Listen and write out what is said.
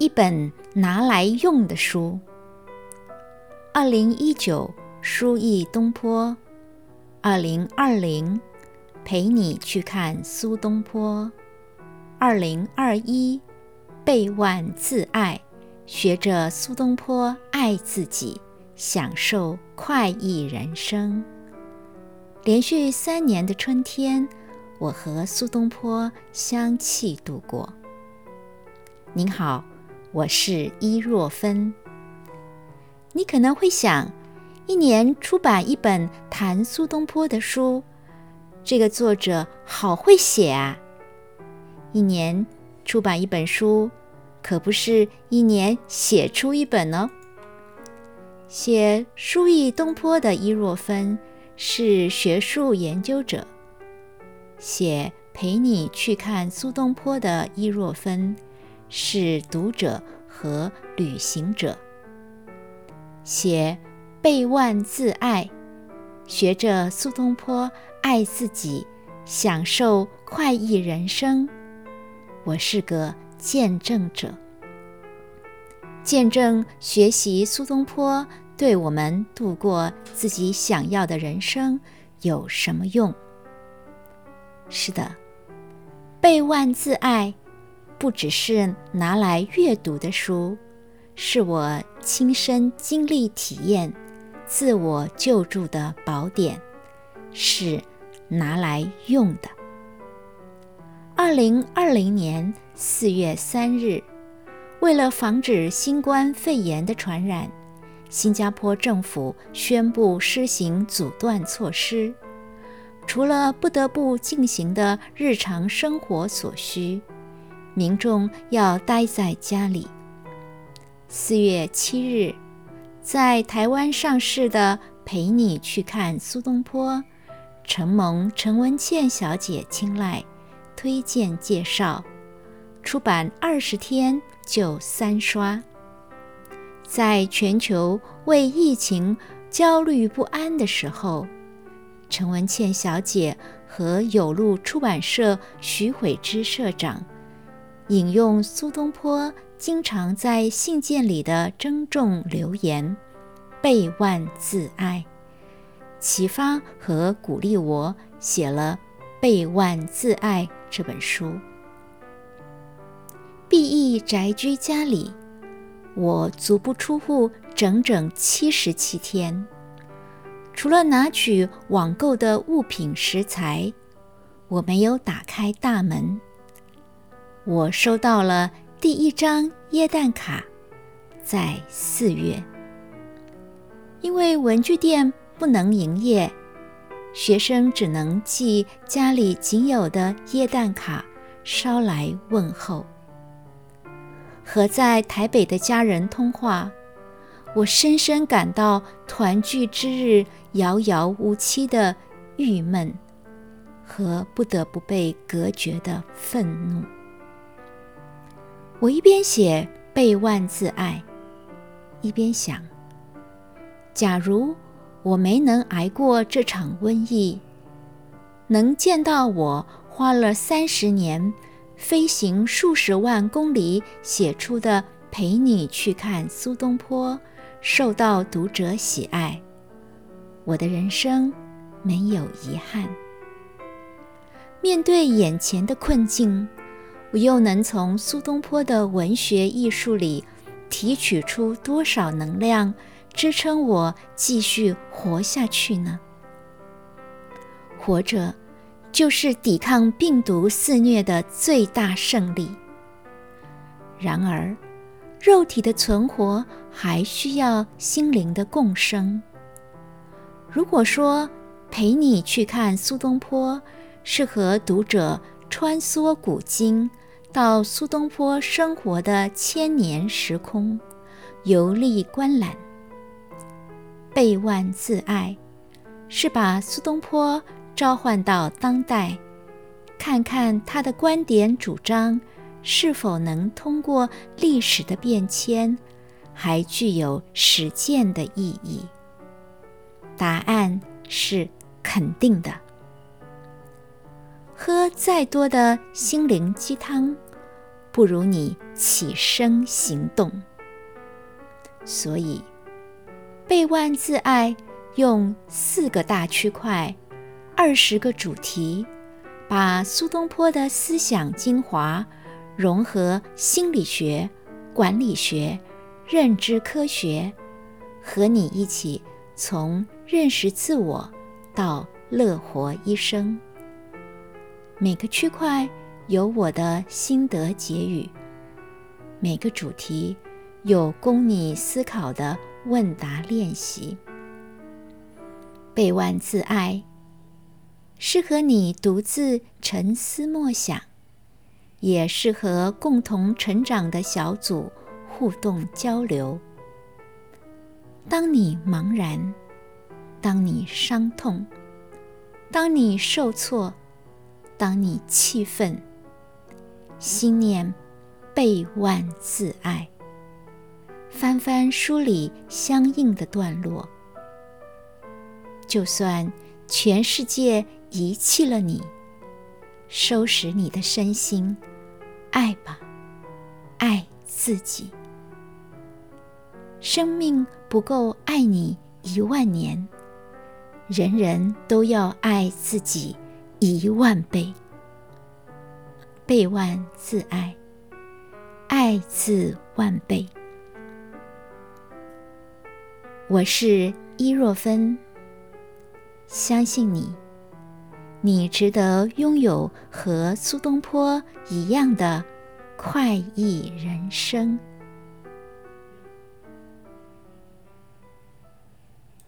一本拿来用的书。2019书忆东坡，2020陪你去看苏东坡，2021背万自爱，学着苏东坡爱自己，享受快意人生。连续3年的春天，我和苏东坡相契度过。您好，我是伊若芬。你可能会想，一年出版一本谈苏东坡的书，这个作者好会写啊！一年出版一本书，可不是一年写出一本哦。写书忆东坡的伊若芬是学术研究者，写陪你去看苏东坡的伊若芬是读者和旅行者，写背万自爱，学着苏东坡爱自己，享受快意人生。我是个见证者，见证学习苏东坡对我们度过自己想要的人生有什么用。是的，背万自爱不只是拿来阅读的书，是我亲身经历体验自我救助的宝典，是拿来用的。2020年4月3日，为了防止新冠肺炎的传染，新加坡政府宣布施行阻断措施，除了不得不进行的日常生活所需，民众要待在家里。4月7日，在台湾上市的《陪你去看苏东坡》，承蒙陈文茜小姐青睐，推荐介绍，出版20天就3刷。在全球为疫情焦虑不安的时候，陈文茜小姐和有路出版社徐悔之社长引用苏东坡经常在信件里的珍重留言，背万自爱，启发和鼓励我写了《背万自爱》这本书。敝役宅居家里，我足不出户整整77天，除了拿取网购的物品食材，我没有打开大门。我收到了第1张耶诞卡，在4月。因为文具店不能营业，学生只能寄家里仅有的耶诞卡捎来问候。和在台北的家人通话，我深深感到团聚之日遥遥无期的郁闷和不得不被隔绝的愤怒。我一边写背万自爱，一边想，假如我没能挨过这场瘟疫，能见到我花了30年飞行数十万公里写出的《陪你去看苏东坡》受到读者喜爱，我的人生没有遗憾。面对眼前的困境，我又能从苏东坡的文学艺术里提取出多少能量，支撑我继续活下去呢？活着就是抵抗病毒肆虐的最大胜利。然而，肉体的存活还需要心灵的共生。如果说陪你去看苏东坡是和读者穿梭古今，到苏东坡生活的千年时空，游历观览，背万自爱是把苏东坡召唤到当代，看看他的观点主张是否能通过历史的变迁，还具有实践的意义。答案是肯定的。喝再多的心灵鸡汤， 不如你起身行动。所以倍万自爱用4个大区块，20个主题，把苏东坡的思想精华融合心理学、管理学、认知科学，和你一起从认识自我到乐活一生。每个区块有我的心得结语，每个主题有供你思考的问答练习。倍万自爱适合你独自沉思默想，也适合共同成长的小组互动交流。当你茫然，当你伤痛，当你受挫，当你气愤，心念倍万自爱，翻翻书里相应的段落。就算全世界遗弃了你，收拾你的身心，爱吧，爱自己。生命不够爱你10000年，人人都要爱自己10000倍。倍万自爱，爱自万倍。我是伊若芬，相信你值得拥有和苏东坡一样的快意人生。